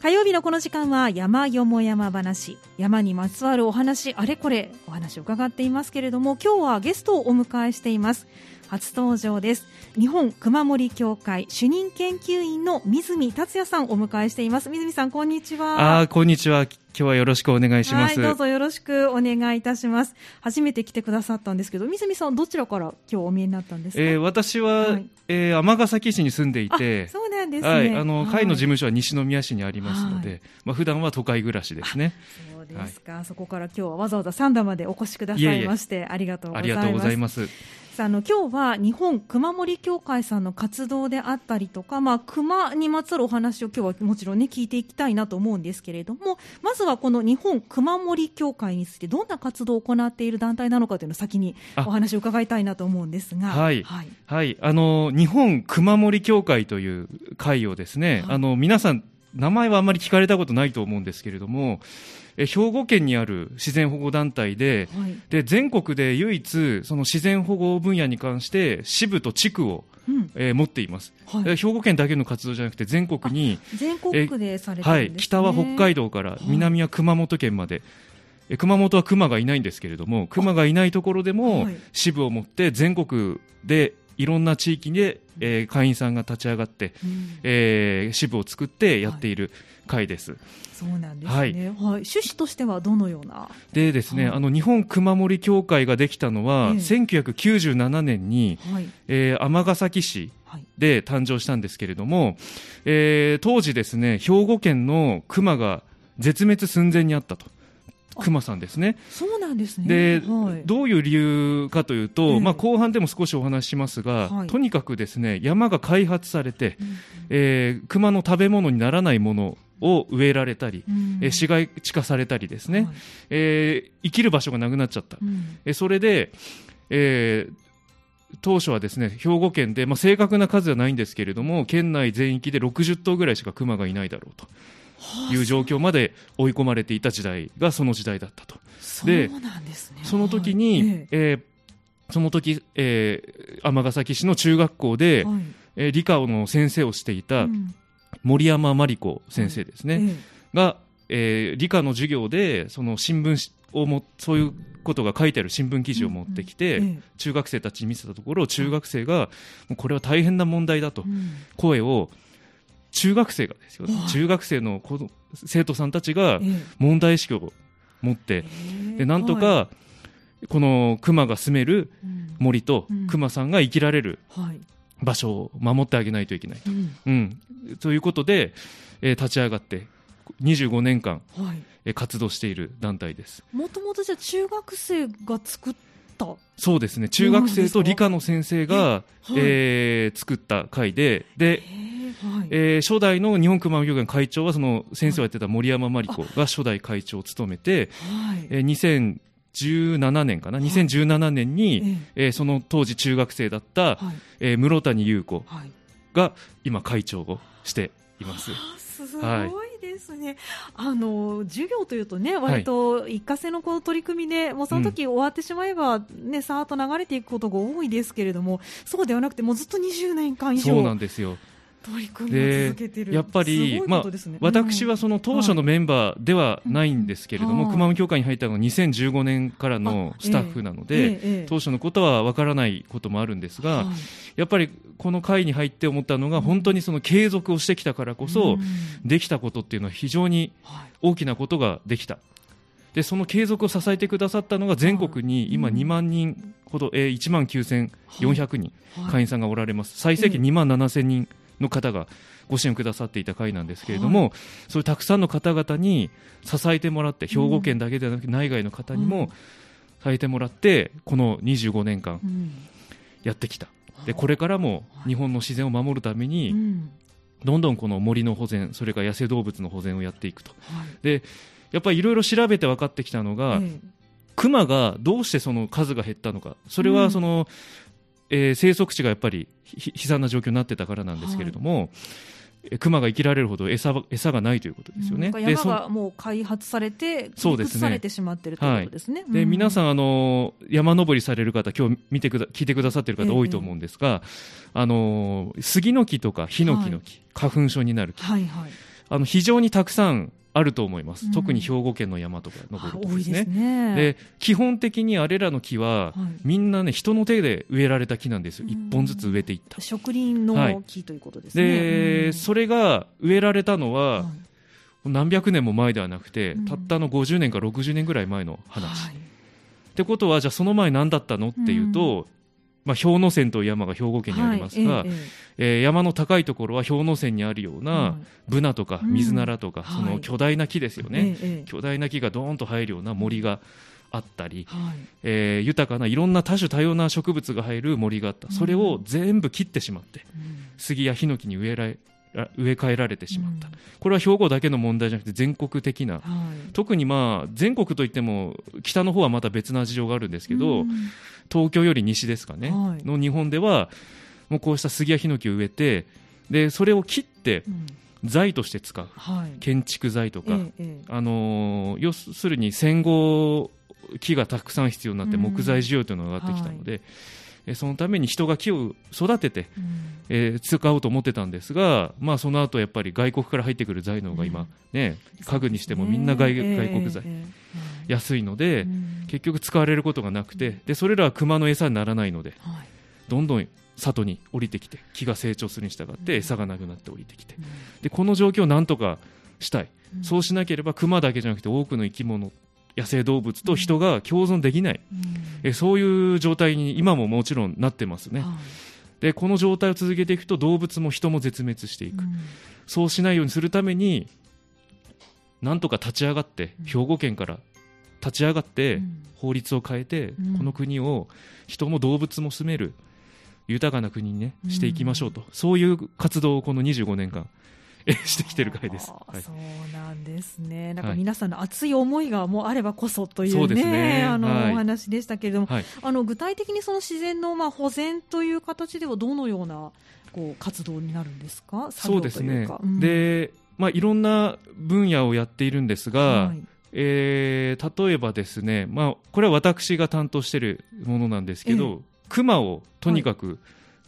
火曜日のこの時間は山よも山話、山にまつわるお話、あれこれお話を伺っていますけれども、今日はゲストをお迎えしています。初登場です。日本熊森協会主任研究員の水見達也さんをお迎えしています。水見さん、こんにちは。 こんにちは。今日はよろしくお願いします。 どうぞよろしくお願いいたします。初めて来てくださったんですけど、水見さんどちらから今日お見えになったんですか？ 私は、尼崎市に住んでいて、 そうなんですね。 会の事務所は西宮市にありますので、普段は都会暮らしですね。 そうですか。そこから今日はわざわざ三田までお越しくださいまして、ありがとうございます。 ありがとうございます。 今日は日本熊森協会さんの活動であったりとか、熊にまつわるお話を今日はもちろんね聞いていきたいなと思うんですけれども、まずはこの日本熊森協会についてどんな活動を行っている団体なのかというのを先にお話を伺いたいなと思うんですが、 日本熊森協会という会をですね、皆さん名前はあまり聞かれたことないと思うんですけれども、兵庫県にある自然保護団体で、全国で唯一その自然保護分野に関して支部と地区を、持っています。兵庫県だけの活動じゃなくて全国に、 全国区でされてるんですね。 北は北海道から南は熊本県まで、熊本は熊がいないんですけれども、熊がいないところでも支部を持って全国でいろんな地域で、会員さんが立ち上がって、支部を作ってやっている会です。 そうなんですね。趣旨としてはどのようなでですね、日本熊森協会ができたのは、1997年に、尼崎市で誕生したんですけれども、当時ですね、兵庫県の熊が絶滅寸前にあったと。熊さんですね。 そうなんですね。 で、どういう理由かというと、後半でも少しお話ししますが、とにかくですね、山が開発されて、熊の食べ物にならないものを植えられたり、市街地化されたりですね、生きる場所がなくなっちゃった。それで、当初はですね、兵庫県で、正確な数はないんですけれども、県内全域で60頭ぐらいしか熊がいないだろうという状況まで追い込まれていた時代がその時代だったと。 そうなんですね。 その時に、尼崎市の中学校で、理科の先生をしていた森山真理子先生ですね、が、理科の授業でその新聞をそういうことが書いてある新聞記事を持ってきて、中学生たちに見せたところ、中学生がもうこれは大変な問題だと、声を中学生がですよ、中学生の生徒さんたちが問題意識を持って、でなんとかこの熊が住める森と熊さんが生きられる場所を守ってあげないといけないと、ということで、立ち上がって25年間、活動している団体です。 もともとじゃあ中学生が作ったそうですね、中学生と理科の先生が、作った会で、初代の日本熊森協会の会長はその先生をやってた森山真理子が初代会長を務めて、2017年かな、2017年に、その当時中学生だった、室谷優子が今会長をしています。 すごいですね。授業というとね、割と一過性のこの取り組みで、もうその時終わってしまえばね、さーっと流れていくことが多いですけれども、そうではなくてもうずっと20年間以上そうなんですよ。 取り組みを続けている。 やっぱり、私はその当初のメンバーではないんですけれども、熊本協会に入ったのが2015年からのスタッフなので、当初のことはわからないこともあるんですが、やっぱりこの会に入って思ったのが、本当にその継続をしてきたからこそ、できたことっていうのは非常に大きなことができた。でその継続を支えてくださったのが、全国に今2万人ほど、1万9400人会員さんがおられます。最盛期2万7000人の方がご支援くださっていた会なんですけれども、そういうたくさんの方々に支えてもらって、兵庫県だけではなくて内外の方にも支えてもらって、この25年間やってきた。でこれからも日本の自然を守るために、どんどんこの森の保全、それから野生動物の保全をやっていくと。でやっぱりいろいろ調べて分かってきたのが、クマがどうしてその数が減ったのか、それはその、生息地がやっぱり悲惨な状況になってたからなんですけれども、クマが生きられるほど餌がないということですよね。 山がもう開発されて移されてしまっているということですね。 で皆さん山登りされる方、今日聞いてくださっている方多いと思うんですが、杉の木とかヒノキの木、花粉症になる木、 非常にたくさんあると思います、特に兵庫県の山とか登るとですね、 多いですね。 で基本的にあれらの木は、みんなね人の手で植えられた木なんですよ。一本ずつ植えていった植林の木ということですね。 でそれが植えられたのは、何百年も前ではなくて、たったの50年か60年ぐらい前の話、ってことはじゃあその前何だったのっていうと、氷ノ山という山が兵庫県にありますが、山の高いところは氷ノ山にあるようなブナとかミズナラとか、その巨大な木ですよね、巨大な木がドーンと生えるような森があったり、豊かないろんな多種多様な植物が生える森があった。それを全部切ってしまって、杉やヒノキに植え替えられてしまった、これは兵庫だけの問題じゃなくて全国的な、特に全国といっても北の方はまた別な事情があるんですけど、東京より西ですかね、の日本ではもうこうした杉やヒノキを植えて、でそれを切って材として使う、建築材とか、要するに戦後木がたくさん必要になって木材需要というのが上がってきたので、そのために人が木を育てて、使おうと思ってたんですが、その後やっぱり外国から入ってくる材のが今、家具にしてもみんな外国材、安いので、結局使われることがなくて、でそれらは熊の餌にならないので、どんどん里に降りてきて、木が成長するに従って餌がなくなって降りてきて、でこの状況をなんとかしたい、そうしなければ熊だけじゃなくて多くの生き物、野生動物と人が共存できない、そういう状態に今ももちろんなってますね。でこの状態を続けていくと動物も人も絶滅していく、そうしないようにするためになんとか立ち上がって、兵庫県から立ち上がって法律を変えて、この国を人も動物も住める豊かな国に、していきましょうと、そういう活動をこの25年間してきてる回です。 そうなんですね。なんか皆さんの熱い思いがもうあればこそというね、お話でしたけれども、具体的にその自然の保全という形ではどのような活動になるんですか？ そうですね。で、いろんな分野をやっているんですが、例えばですね、これは私が担当しているものなんですけど、熊をとにかく、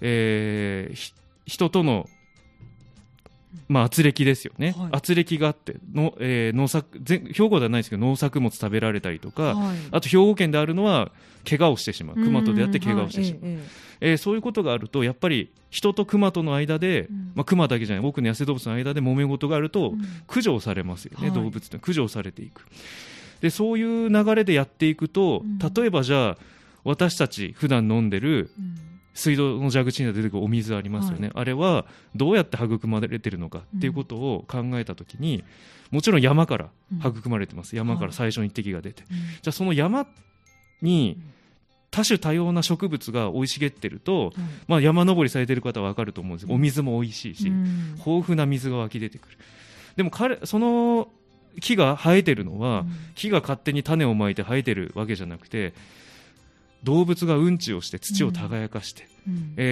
人との圧力ですよね、圧力があって農作兵庫ではないですけど農作物食べられたりとか、あと兵庫県であるのは怪我をしてしまう、熊と出会って怪我をしてしまう、そういうことがあるとやっぱり人と熊との間で、熊だけじゃない多くの野生動物の間で揉め事があると駆除されますよね、動物って駆除されていく。でそういう流れでやっていくと、例えばじゃあ私たち普段飲んでる水道の蛇口に出てくるお水ありますよね、あれはどうやって育まれているのかっていうことを考えたときに、もちろん山から育まれてます、山から最初に一滴が出て、じゃあその山に多種多様な植物が生い茂っていると、山登りされている方は分かると思うんですけど、お水も美味しいし、豊富な水が湧き出てくる。でもその木が生えているのは、木が勝手に種をまいて生えているわけじゃなくて、動物がうんちをして土を耕かして、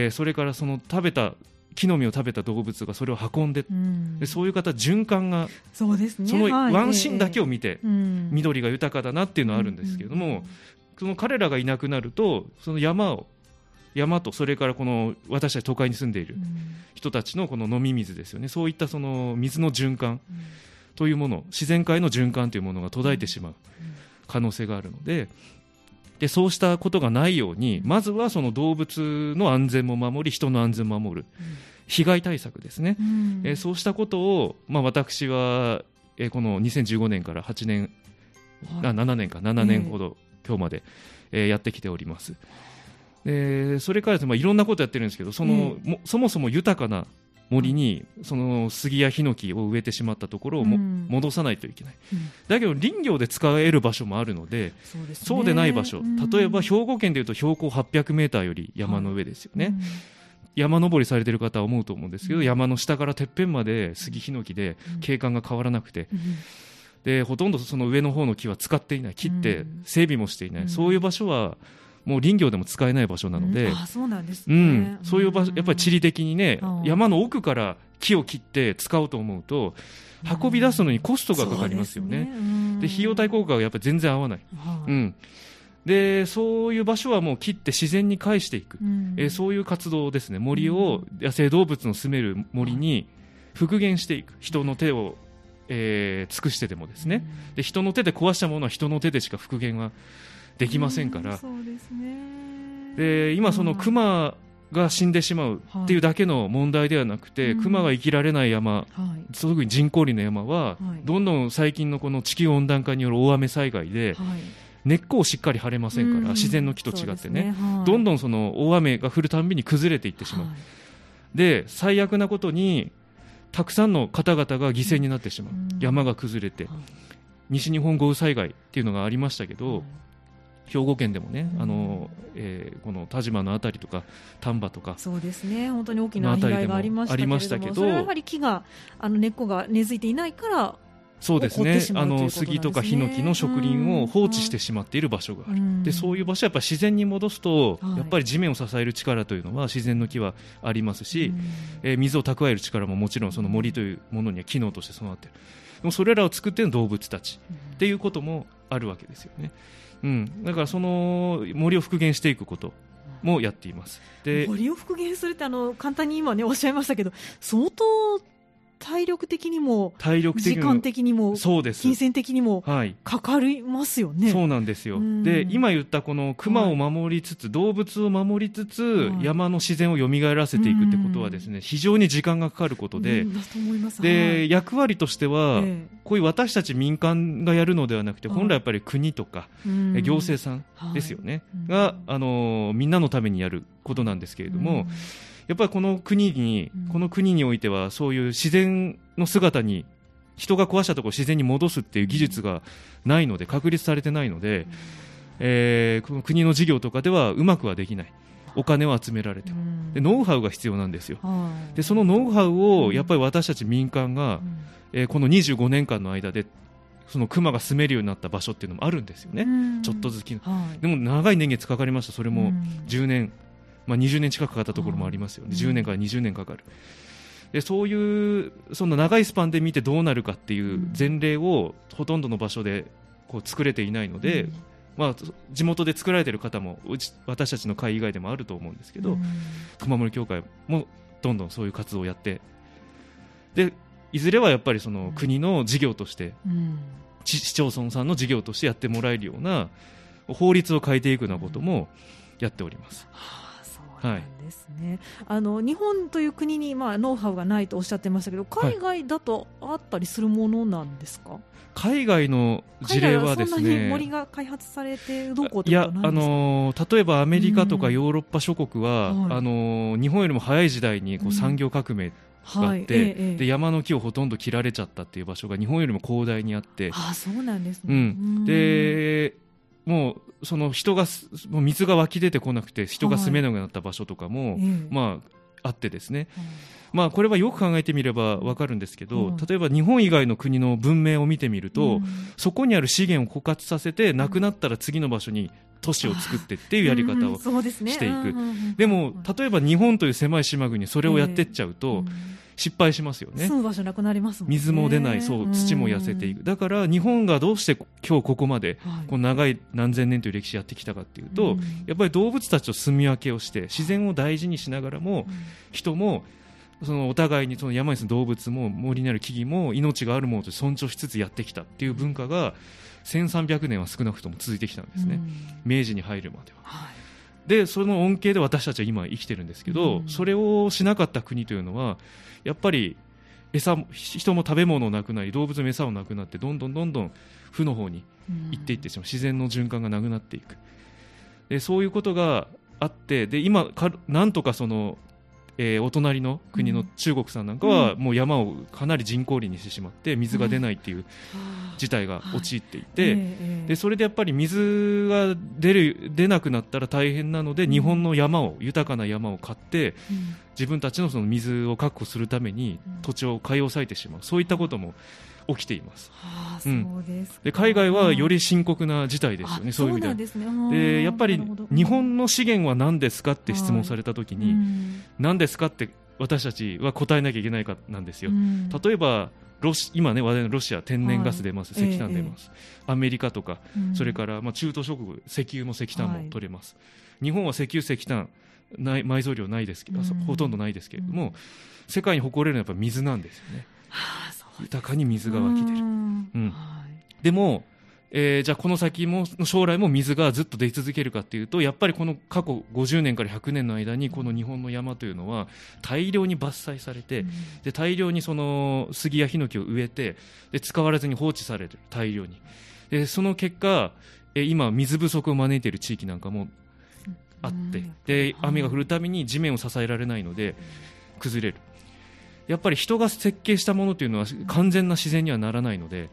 それからその木の実を食べた動物がそれを運んで、そういう方循環が、そのワンシーンだけを見て、緑が豊かだなっていうのはあるんですけれども、その彼らがいなくなると、その山とそれからこの私たち都会に住んでいる人たちのこの飲み水ですよね、そういったその水の循環というもの、自然界の循環というものが途絶えてしまう可能性があるので、そうしたことがないように、まずはその動物の安全も守り、人の安全も守る、被害対策ですね、そうしたことを、私は、この2015年から7年ほど今日まで、やってきております。それからいろんなことやってるんですけど、そもそも豊かな森にその杉やヒノキを植えてしまったところを戻さないといけない、だけど林業で使える場所もあるので、そうでない場所、例えば兵庫県でいうと標高800メーターより山の上ですよね、山登りされている方は思うと思うんですけど、山の下からてっぺんまで杉ヒノキで景観が変わらなくて、でほとんどその上の方の木は使っていない、切って整備もしていない、そういう場所はもう林業でも使えない場所なので、そういう場所、やっぱり地理的にね、山の奥から木を切って使おうと思うと運び出すのにコストがかかりますよね。で費用対効果がやっぱり全然合わない、でそういう場所はもう切って自然に返していく、そういう活動ですね。森を野生動物の住める森に復元していく、人の手を、尽くしてでもですね、で人の手で壊したものは人の手でしか復元はできませんから、 そうですね。 で今その熊が死んでしまうっていうだけの問題ではなくて、熊が生きられない山、特に人工林の山は、どんどん最近のこの地球温暖化による大雨災害で、根っこをしっかり張れませんから、自然の木と違ってね、どんどんその大雨が降るたんびに崩れていってしまう、で最悪なことにたくさんの方々が犠牲になってしまう、山が崩れて、西日本豪雨災害っていうのがありましたけど、兵庫県でもね、この田島のあたりとか丹波とか、 そうですね、本当に大きな被害がありましたけど、それはやはり木が根っこが根付いていないから、 そうですね、杉とかヒノキの植林を放置してしまっている場所がある、でそういう場所はやっぱり自然に戻すと、やっぱり地面を支える力というのは自然の木はありますし、水を蓄える力ももちろんその森というものには機能として備わっている。でもそれらを作っている動物たちっていうこともあるわけですよね。だからその森を復元していくこともやっています。で森を復元するって簡単に今ねおっしゃいましたけど、相当体力的にも時間的にも金銭的にもかかりますよね。 そうなんですよ。で今言ったこの熊を守りつつ、動物を守りつつ、山の自然を蘇らせていくってことはですね、非常に時間がかかることで、で役割としては、こういう私たち民間がやるのではなくて、本来やっぱり国とか行政さんですよね、がみんなのためにやることなんですけれども、やっぱりこの国においては、そういう自然の姿に人が壊したところを自然に戻すっていう技術がないので、確立されてないので、この国の事業とかではうまくはできない。お金を集められても、でノウハウが必要なんですよ。でそのノウハウをやっぱり私たち民間が、この25年間の間でその熊が住めるようになった場所っていうのもあるんですよね。ちょっとずつでも長い年月かかりました。それも10年、20年近くかかったところもありますよね。10年から20年かかる。でそういうその長いスパンで見てどうなるかっていう前例をほとんどの場所でこう作れていないので、地元で作られている方も私たちの会以外でもあると思うんですけど、熊森協会もどんどんそういう活動をやって、でいずれはやっぱりその国の事業として、市町村さんの事業としてやってもらえるような法律を変えていくようなこともやっております。 そうなんですね。日本という国にノウハウがないとおっしゃってましたけど、海外だとあったりするものなんですか？ 海外の事例はですね、 そんなに森が開発されてどうこうということはないんですか？ 例えばアメリカとかヨーロッパ諸国は、日本よりも早い時代に産業革命があって、で山の木をほとんど切られちゃったっていう場所が日本よりも広大にあって、 そうなんですね。 でもうそのもう水が湧き出てこなくて人が住めなくなった場所とかも、あってですね、これはよく考えてみれば分かるんですけど、例えば日本以外の国の文明を見てみると、そこにある資源を枯渇させて、なくなったら次の場所に都市を作ってっていうやり方をしていく。でも例えば日本という狭い島国それをやってっちゃうと、失敗しますよね。 住む場所なくなりますもんね。 水も出ない、土も痩せていく。だから日本がどうして今日ここまでこの長い何千年という歴史やってきたかっていうと、やっぱり動物たちと住み分けをして自然を大事にしながらも、人もそのお互いにその山に住む動物も森にある木々も命があるものと尊重しつつやってきたっていう文化が1300年は少なくとも続いてきたんですね。明治に入るまでは。でその恩恵で私たちは今生きてるんですけど、それをしなかった国というのはやっぱり人も食べ物なくなり、動物の餌もなくなって、どんどん負の方に行っていってしまう、自然の循環がなくなっていく。でそういうことがあって、で今なんとかそのお隣の国の中国さんなんかはもう山をかなり人工林にしてしまって水が出ないっていう事態が陥っていて、でそれでやっぱり水が出なくなったら大変なので、日本の山を、豊かな山を買って自分たちのその水を確保するために土地を買い押さえてしまう、そういったことも起きています。で海外はより深刻な事態ですよね。そういう意味では。でやっぱり日本の資源は何ですかって質問されたときに、何ですかって私たちは答えなきゃいけないかなんですよ。例えば今ね話題のロシア、天然ガス出ます、石炭出ます、アメリカとか、それから中東諸国石油も石炭も取れます。日本は石油石炭埋蔵量ないですけど、ほとんどないですけれども、世界に誇れるのはやっぱ水なんですよね。豊かに水が湧き出る、でも、じゃあこの先も将来も水がずっと出続けるかというと、やっぱりこの過去50年から100年の間にこの日本の山というのは大量に伐採されて、で大量にその杉やヒノキを植えて、で使われずに放置される、大量に。でその結果、今水不足を招いている地域なんかもあって、で雨が降るたびに地面を支えられないので崩れる。やっぱり人が設計したものというのは完全な自然にはならないので、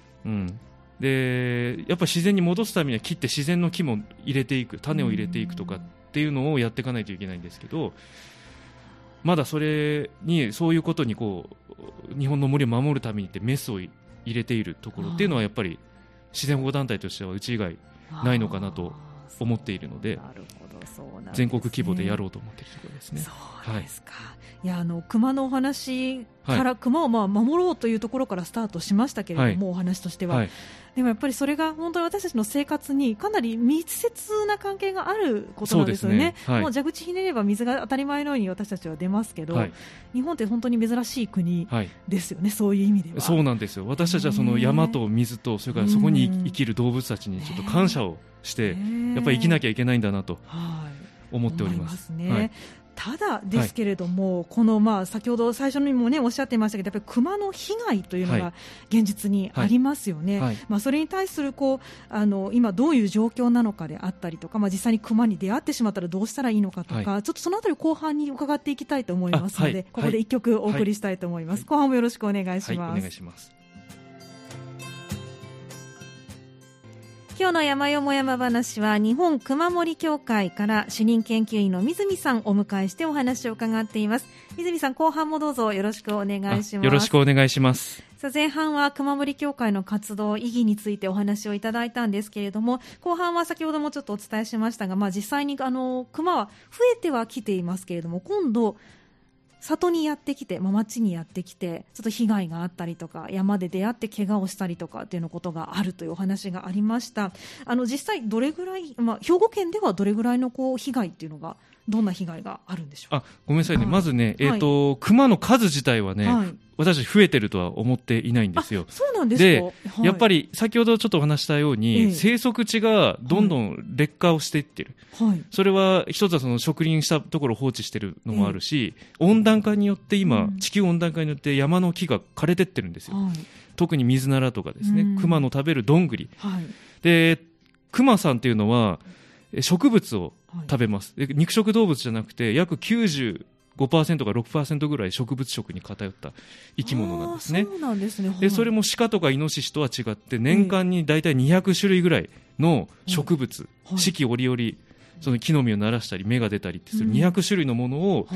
でやっぱり自然に戻すためには切って自然の木も入れていく、種を入れていくとかっていうのをやっていかないといけないんですけど、まだそういうことにこう日本の森を守るためにってメスを入れているところっていうのはやっぱり自然保護団体としてはうち以外ないのかなと思っているので、全国規模でやろうと思っているところですね。 そうですか。いや、熊のお話から、熊を守ろうというところからスタートしましたけれども、お話としては、でもやっぱりそれが本当に私たちの生活にかなり密接な関係があることなんですよね。もう蛇口ひねれば水が当たり前のように私たちは出ますけど、日本って本当に珍しい国ですよね、そういう意味では。そうなんですよ。私たちはその山と水と、それからそこに生きる動物たちにちょっと感謝をして、やっぱり生きなきゃいけないんだなと思っております。ただですけれども、この先ほど最初にもおっしゃっていましたけど、やっぱり熊の被害というのが現実にありますよね。それに対する今どういう状況なのかであったりとか、実際に熊に出会ってしまったらどうしたらいいのかとか、ちょっとそのあたり後半に伺っていきたいと思いますので、ここで一曲お送りしたいと思います。後半もよろしくお願いします。お願いします。今日の山よも山話は日本熊森協会から主任研究員の水見さんをお迎えしてお話を伺っています。水見さん、後半もどうぞよろしくお願いします。よろしくお願いします。さあ、前半は熊森協会の活動意義についてお話をいただいたんですけれども、後半は先ほどもちょっとお伝えしましたが、実際に熊は増えてはきていますけれども、今度里にやってきて、町にやってきてちょっと被害があったりとか、山で出会って怪我をしたりとかっていうのことがあるというお話がありました。実際どれぐらい、兵庫県ではどれぐらいの被害っていうのが、どんな被害があるんでしょう。ごめんなさいね、まずね、熊の数自体はね、私増えてるとは思っていないんですよ。そうなんですか。やっぱり先ほどちょっとお話したように、生息地がどんどん劣化をしていってる、それは一つはその植林したところを放置してるのもあるし、温暖化によって今、地球温暖化によって山の木が枯れてってるんですよ。特にミズナラとかですね、熊の食べるどんぐり、で熊さんっていうのは植物を食べます。肉食動物じゃなくて約95%か 6% ぐらい植物食に偏った生き物なんですね。そうなんですね。でそれも鹿とかイノシシとは違って年間にだいたい200種類ぐらいの植物、四季折々その木の実を鳴らしたり芽が出たりってする200種類のものを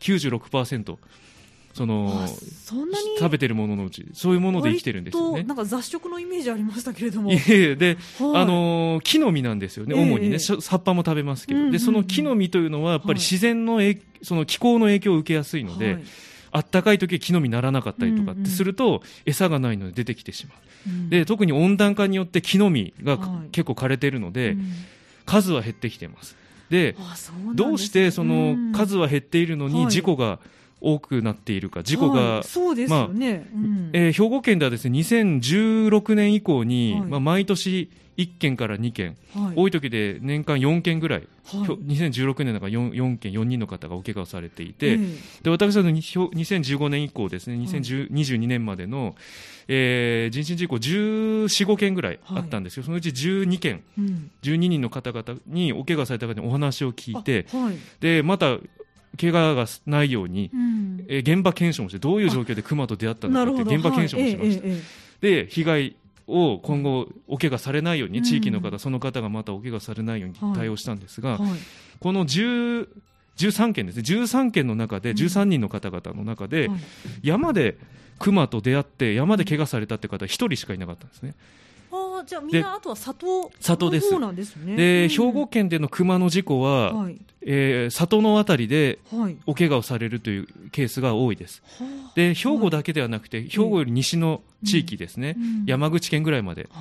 96% その食べてるもののうちそういうもので生きてるんですよね。なんか雑食のイメージありましたけれども、で、木の実なんですよね、主にね。葉っぱも食べますけど、でその木の実というのはやっぱり自然のその気候の影響を受けやすいので、あったかい時は木の実ならなかったりとかってすると、餌がないので出てきてしまう、で特に温暖化によって木の実が結構枯れているので、数は減ってきています。でどうしてその数は減っているのに事故が多くなっているか。事故が、兵庫県ではですね、2016年以降に、毎年1件から2件、多い時で年間4件ぐらい、2016年だから 4件4人の方がお怪我をされていて、で私は2015年以降ですね、2022年までの、人身事故14、15件ぐらいあったんですよ。そのうち12件、12人の方々にお怪我された方にお話を聞いて、でまた怪我がないように、現場検証もして、どういう状況で熊と出会ったのかって現場検証もしました。で被害を今後お怪我されないように、地域の方、その方がまたお怪我されないように対応したんですが、この13件ですね、13件の中で13人の方々の中で、山で熊と出会って山で怪我されたって方は1人しかいなかったんですね。じゃあみんなあとは里です。なんですね。で兵庫県での熊の事故は、里のあたりでお怪我をされるというケースが多いです。で兵庫だけではなくて、兵庫より西の地域ですね、山口県ぐらいまで、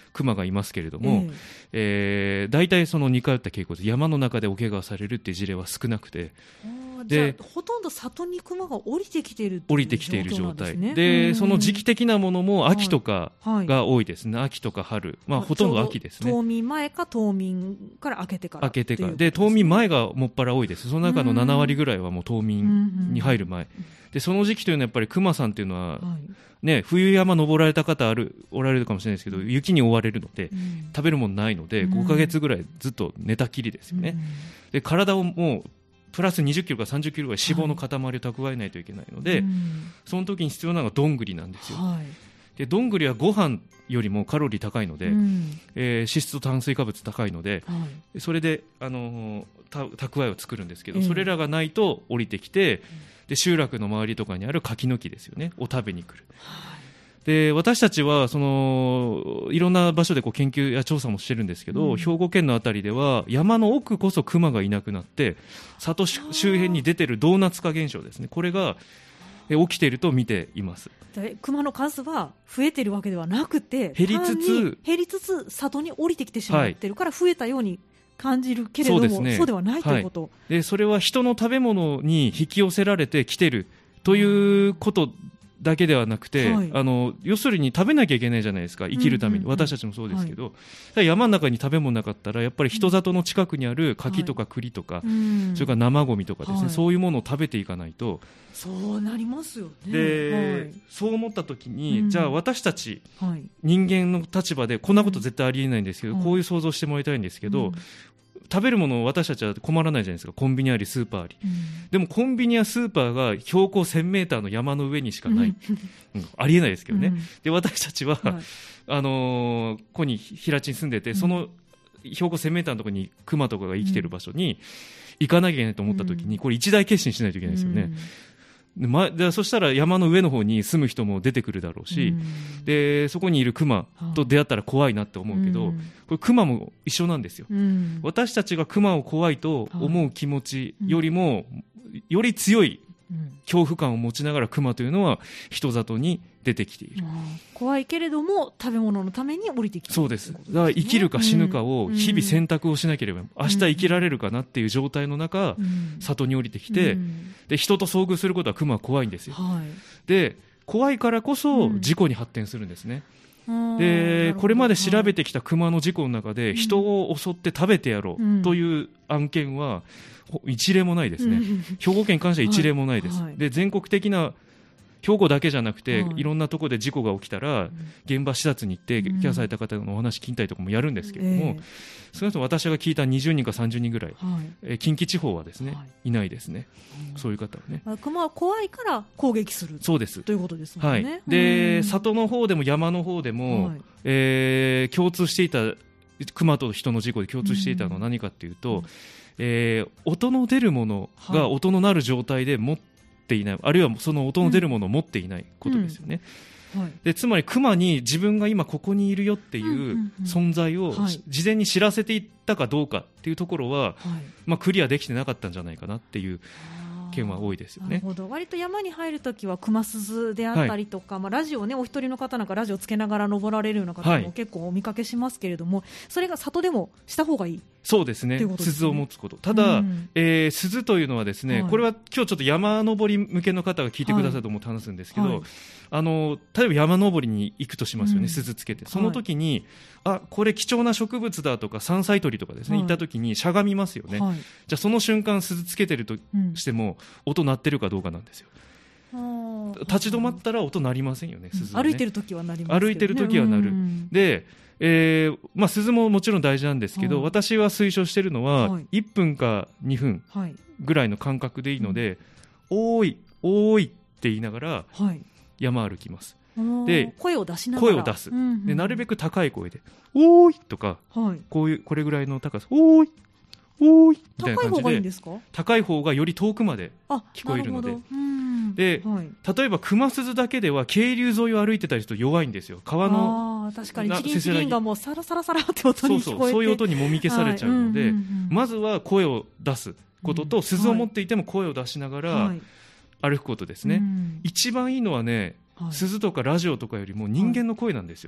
クマがいますけれども、大体その似通った傾向で山の中でお怪我をされるっていう事例は少なくて、 でほとんど里にクマが降りてきている状態で、その時期的なものも秋とかが多いですね。秋とか春、ほとんど秋ですね。 冬眠前か冬眠から明けてからで、冬眠前がもっぱら多いです。その中の7割ぐらいはもう冬眠に入る前で、その時期というのはやっぱりクマさんというのは、冬山登られた方おられるかもしれないですけど、雪に覆われるので、食べるものないので5ヶ月ぐらいずっと寝たきりですよね。で、体をもうプラス20キロから30キロぐらい脂肪の塊を蓄えないといけないので、その時に必要なのがどんぐりなんですよ。で、どんぐりはご飯よりもカロリー高いので、脂質と炭水化物高いので、それで蓄えを作るんですけど、それらがないと降りてきて、で集落の周りとかにある柿の木ですよねを食べに来る。で、私たちはいろんな場所で研究や調査もしてるんですけど、兵庫県のあたりでは山の奥こそクマがいなくなって里周辺に出ているドーナツ化現象ですね、これが起きていると見ています。 クマの数は増えているわけではなくて、 減りつつ里に降りてきてしまっているから増えたように感じるけれども、そうではないということ、 でそれは人の食べ物に引き寄せられてきているということだけではなくて、要するに食べなきゃいけないじゃないですか、生きるために。私たちもそうですけど、山の中に食べ物なかったらやっぱり人里の近くにある柿とか栗とか、それから生ゴミとかですね、そういうものを食べていかないと。 そうなりますよね。 で、そう思った時に、じゃあ私たち、人間の立場でこんなこと絶対ありえないんですけど、こういう想像してもらいたいんですけど、食べるものを私たちは困らないじゃないですか。コンビニありスーパーあり、でもコンビニやスーパーが標高1000メーターの山の上にしかない、ありえないですけどね、で私たちは、ここに平地に住んでて、その標高1000メーターのところにクマとかが生きている場所に行かなきゃいけないと思った時に、これ一大決心しないといけないですよね。でそしたら山の上の方に住む人も出てくるだろうし、でそこにいるクマと出会ったら怖いなって思うけど、これクマも一緒なんですよ。私たちがクマを怖いと思う気持ちよりも、より強い恐怖感を持ちながらクマというのは人里に出てきている。 怖いけれども食べ物のために降りてきている。 そうです。だから生きるか死ぬかを日々選択をしなければ、明日生きられるかなっていう状態の中、里に降りてきて、で人と遭遇することはクマは怖いんですよ。で怖いからこそ事故に発展するんですね。でこれまで調べてきたクマの事故の中で、人を襲って食べてやろうという案件は一例もないですね。兵庫県に関しては一例もないです。で全国的な兵庫だけじゃなくて、いろんなところで事故が起きたら、現場視察に行ってケアされた方のお話聞いたりとかもやるんですけれども、少なくとも私が聞いた20人か30人ぐらい、近畿地方はですね、いないですね、そういう方はね。 クマは怖いから攻撃する。 そうですということですもんね。 で里の方でも山の方でも、共通していたクマと人の事故で共通していたのは何かというと、音の出るものが音の鳴る状態で持っていない、あるいはその音の出るものを持っていないことですよね。でつまりクマに自分が今ここにいるよっていう存在を事前に知らせていったかどうかっていうところは、クリアできてなかったんじゃないかなっていう件は多いですよね。 なるほど。割と山に入るときはクマスズであったりとか、ラジオね、お一人の方なんかラジオつけながら登られるような方も結構お見かけしますけれども、それが里でもした方がいい。 そうですね、鈴を持つこと。ただ、鈴というのはですね、これは今日ちょっと山登り向けの方が聞いてくださると思って話すんですけど、例えば山登りに行くとしますよね、鈴つけて。その時に、これ貴重な植物だとか山菜採りとかですね、行った時にしゃがみますよね。じゃあその瞬間鈴つけてるとしても、音鳴ってるかどうかなんですよ。立ち止まったら音鳴りませんよね、鈴はね。 歩いてる時は鳴りますけどね。 歩いてる時は鳴る。で鈴ももちろん大事なんですけど、私は推奨しているのは、1分か2分ぐらいの間隔でいいので、おーいおーいって言いながら山歩きます。で声を出しながら、 声を出す。でなるべく高い声でおーいとか、これぐらいの高さ、おーいおーいみたいな感じで、 高い方がいいんですか？ 高い方がより遠くまで聞こえるので。で、例えばクマスズだけでは渓流沿いを歩いてたりすると弱いんですよ。川の確かにチリンチリンがもうサラサラサラって音に聞こえて、 そういう音にもみ消されちゃうので、まずは声を出すことと、鈴を持っていても声を出しながら歩くことですね。一番いいのはね、鈴とかラジオとかよりも人間の声なんですよ。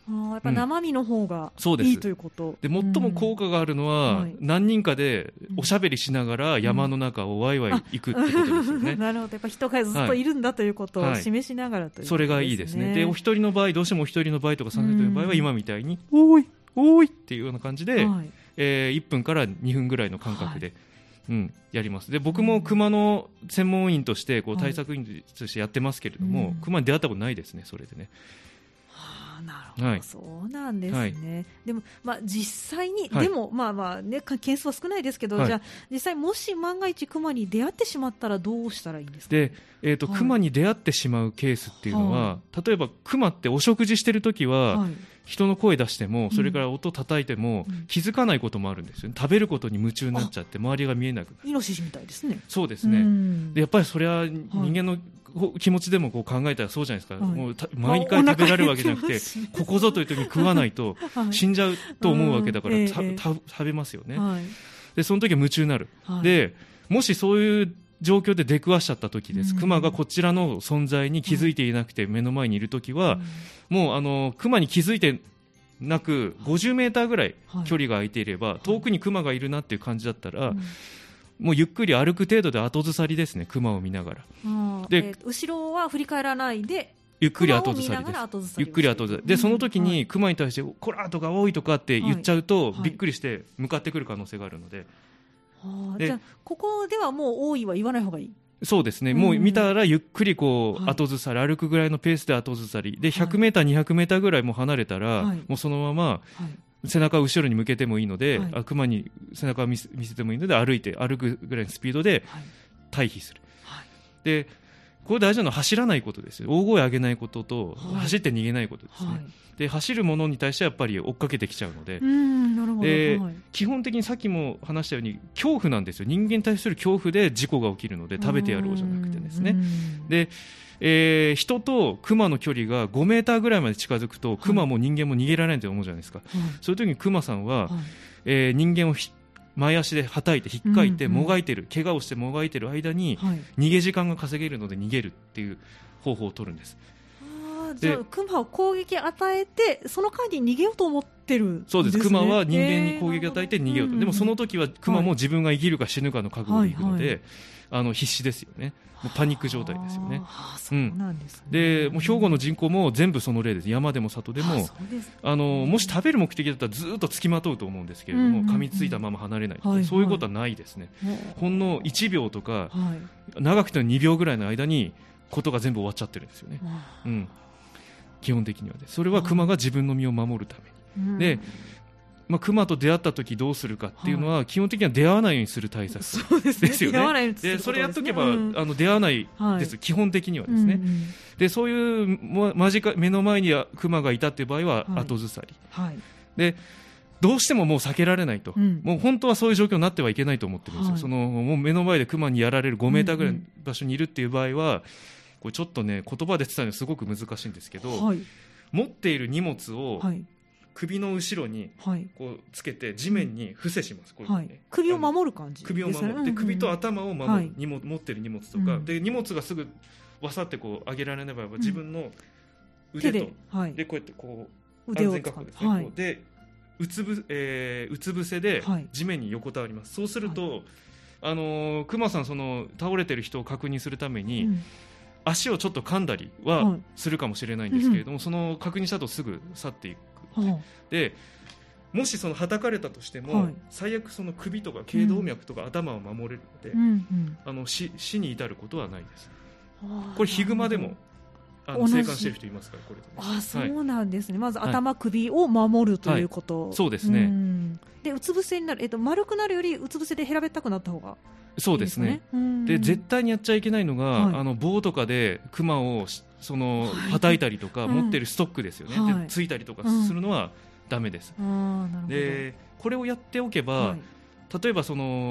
やっぱ生身の方がいいということ。 で最も効果があるのは、何人かでおしゃべりしながら山の中をワイワイ行くってことですよね。 なるほど、やっぱ人がずっといるんだということを示しながらということですね。 それがいいですね。でお一人の場合、どうしてもお一人の場合とか3人の場合は今みたいにおいおいっていうような感じで、1分から2分ぐらいの間隔で、やります。で僕も熊の専門員として対策員としてやってますけれども、熊に出会ったことないですね、それでね。 なるほど、そうなんですね。でも、実際に、でも件数は少ないですけど、じゃあ実際もし万が一熊に出会ってしまったらどうしたらいいんですか。 で、熊に出会ってしまうケースっていうのは、例えば熊ってお食事してるときは、人の声出しても、それから音叩いても気づかないこともあるんですよね。食べることに夢中になっちゃって周りが見えなくなる。 イノシシみたいですね。 そうですね。でやっぱりそれは人間の気持ちでも考えたらそうじゃないですか。もう毎回食べられるわけじゃなくて、ここぞという時に食わないと死んじゃうと思うわけだから、食べますよね。でその時は夢中になる。でもしそういう状況で出くわしちゃった時です。熊がこちらの存在に気づいていなくて目の前にいる時は、もう熊に気づいてなく50メーターぐらい距離が空いていれば、遠くに熊がいるなっていう感じだったら、もうゆっくり歩く程度で後ずさりですね、熊を見ながら。で、 後ろは振り返らないでゆっくり後ずさりです。ゆっくり後ずさりで、その時に熊に対してこらとかおいとかって言っちゃうと、びっくりして向かってくる可能性があるので、 じゃあここではもう多いは言わない方がいい。 そうですね、もう見たらゆっくり後ずさり、歩くぐらいのペースで後ずさりで、100メーター200メーターぐらいも離れたら、もうそのまま背中を後ろに向けてもいいので、熊に背中を見せてもいいので、歩くぐらいのスピードで退避する。でこれ大事なのは走らないことですよ。大声上げないことと、走って逃げないことですね。で走るものに対してはやっぱり追っかけてきちゃうので、基本的にさっきも話したように恐怖なんですよ。人間に対する恐怖で事故が起きるので、食べてやろうじゃなくてですね。で人と熊の距離が5メーターぐらいまで近づくと、熊も人間も逃げられないと思うじゃないですか。そういう時に熊さんは、人間を前足ではたいて引っかいてもがいてる、怪我をしてもがいてる間に逃げ時間が稼げるので逃げるっていう方法を取るんです。 じゃあクマを攻撃与えて、その間に逃げようと思ってるんですね。 そうです。クマは人間に攻撃を与えて逃げようと。でもその時はクマも自分が生きるか死ぬかの覚悟でいくので、必死ですよね。もうパニック状態ですよね。でもう兵庫の人口も全部その例です。山でも里でも、もし食べる目的だったらずっとつきまとうと思うんですけれども、噛みついたまま離れない、そういうことはないですね。ほんの1秒とか、長くて2秒ぐらいの間にことが全部終わっちゃってるんですよね。基本的にはです。それはクマが自分の身を守るために。でクマと出会った時どうするかっていうのは、基本的には出会わないようにする対策ですよね。でそれやっとけば、出会わないです、基本的にはですね。でそういう目の前にクマがいたっていう場合は後ずさり、でどうしてももう避けられないと、もう本当はそういう状況になってはいけないと思ってるんですよ。もう目の前でクマにやられる5メーターぐらいの場所にいるっていう場合は、これちょっとね、言葉で伝えるのすごく難しいんですけど、持っている荷物を首の後ろにこうつけて地面に伏せします。こういうね、 首を守る感じですね。 首を守って、首と頭を守る、持っている荷物とか、で荷物がすぐわさってこう上げられない場合は、自分の腕と、でこうやってこう安全確保ですね。でうつ伏せで地面に横たわります。そうすると、クマさん、その倒れてる人を確認するために、足をちょっと噛んだりはするかもしれないんですけれども、その確認したとすぐ去っていく。でもしそのはたかれたとしても、最悪その首とか頸動脈とか頭を守れるので、死に至ることはないです。これヒグマでも生還している人いますから、これで。 そうなんですね。まず頭、首を守るということ。 そうですね。 でうつ伏せになる、丸くなるよりうつ伏せで平べったくなった方がいいですね。 そうですね。で絶対にやっちゃいけないのが、棒とかでクマをはたいたりとか、持ってるストックですよね、でついたりとかするのはダメです。でこれをやっておけば、例えば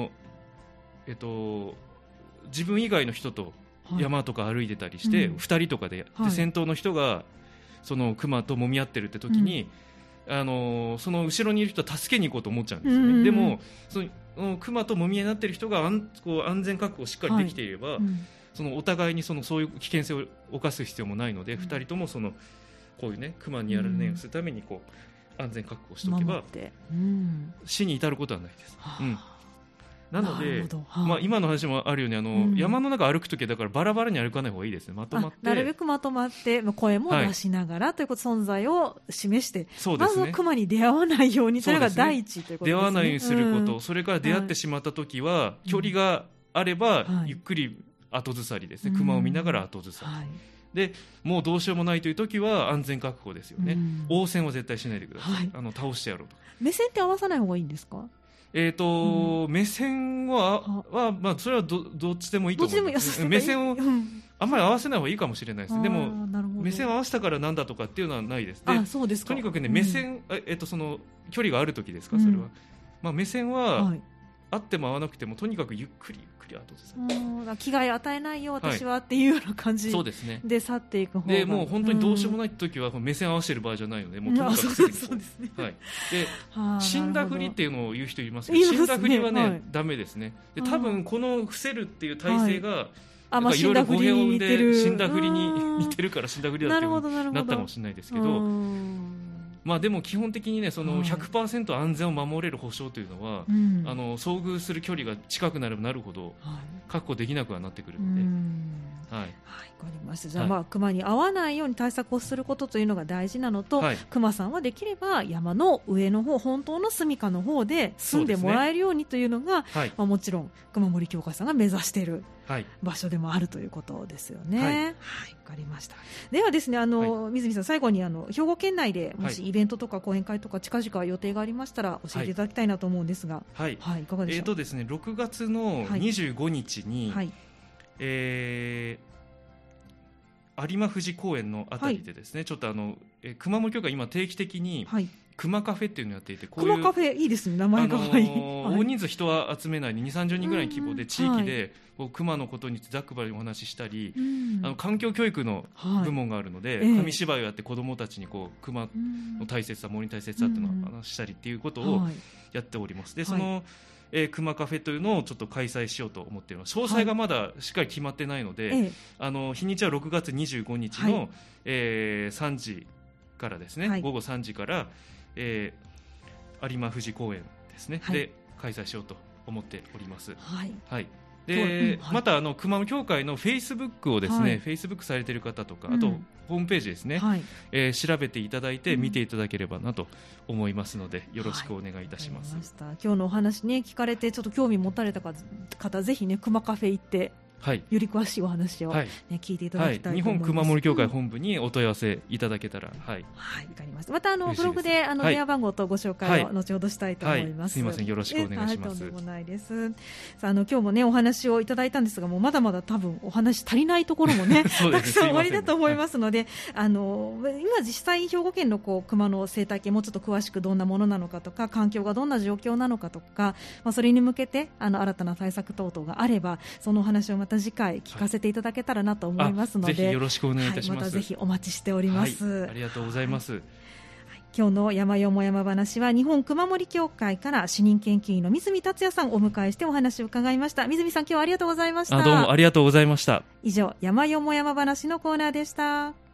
自分以外の人と山とか歩いてたりして、2人とかで、先頭の人がそのクマと揉み合ってるって時に、その後ろにいる人は助けに行こうと思っちゃうんですよね。でもそのクマと揉み合いになっている人がこう安全確保をしっかりできていれば、そのお互いにそういう危険性を冒す必要もないので、2人ともこういうね熊にやられないようにするためにこう安全確保しておけば、死に至ることはないです。なので、今の話もあるように山の中歩くときはだからバラバラに歩かない方がいいですね。まとまってなるべくまとまって声も出しながらということ、存在を示して、まずは熊に出会わないようにというのが第一ということですね。 出会わないようにすること、それから出会ってしまったときは、距離があればゆっくり後ずさりですね。熊を見ながら後ずさり、でもうどうしようもないというときは安全確保ですよね。応戦は絶対しないでください。倒してやろうと。 目線って合わさない方がいいんですか？ 目線はそれはどっちでもいいと思います。目線をあんまり合わせない方がいいかもしれないです。でも目線を合わせたからなんだとかっていうのはないです。 そうですか。 とにかくね、目線、その距離があるときですか、それは、目線はあっても合わなくてもとにかくゆっくり後ずさり、 危害を与えないよ私はっていうような感じで去っていく方が、 でもう本当にどうしようもないときは目線合わせてる場合じゃないので、もうとにかくそうですね。 で死んだふりっていうのを言う人いますけど、死んだふりはねダメですね。で多分この伏せるっていう体勢がいろいろ語弊を生んで死んだふりに似てるから死んだふりだってなったかもしれないですけど、でも基本的にね、その 100% 安全を守れる保証というのは、遭遇する距離が近くなればなるほど確保できなくはなってくるので、わかりました。じゃあ、熊に合わないように対策をすることというのが大事なのと、熊さんはできれば山の上の方、本当の住処の方で住んでもらえるようにというのが、もちろん熊森京香さんが目指している場所でもあるということですよね。わかりました。ではですね、水見さん、最後に兵庫県内でもしイベントとか講演会とか近々予定がありましたら教えていただきたいなと思うんですが、いかがでしょう。 ですね、6月の25日に、有馬富士公園のあたりでですね、ちょっと熊森協会今定期的に熊カフェっていうのをやっていて、 熊カフェいいですね、名前が可愛い。 大人数人は集めないで2、30人ぐらいの規模で地域で熊のことについてざっくばらんにお話ししたり、環境教育の部門があるので、紙芝居をやって子どもたちに熊の大切さ、森の大切さっていうのを話したりっていうことをやっております。でその熊カフェというのをちょっと開催しようと思っています。詳細がまだしっかり決まってないので、日にちは6月25日の、3時からですね、午後3時から、有馬富士公園ですね、で開催しようと思っております。でまた熊野協会のフェイスブックをですね、フェイスブックされている方とか、あとホームページですね、調べていただいて見ていただければなと思いますので、よろしくお願いいたします。 今日のお話ね聞かれてちょっと興味持たれた方、ぜひね熊カフェ行ってより詳しいお話を、聞いていただきたいと思います。 日本熊森協会本部にお問い合わせいただけたら、わかりました。またブログで電話番号とご紹介を後ほどしたいと思います。 すみません、よろしくお願いします。 とんでもないです。さあ今日もねお話をいただいたんですが、もうまだまだ多分お話足りないところもねたくさんおありだと思いますので、今実際兵庫県の熊の生態系もうちょっと詳しくどんなものなのかとか、環境がどんな状況なのかとか、それに向けて新たな対策等々があれば、そのお話をまた次回聞かせていただけたらなと思いますので、 ぜひよろしくお願いいたします。 またぜひお待ちしております。 ありがとうございます。 今日の山よも山話は日本熊森協会から主任研究員の水見達也さんをお迎えしてお話を伺いました。水見さん、今日はありがとうございました。 どうもありがとうございました。 以上、山よも山話のコーナーでした。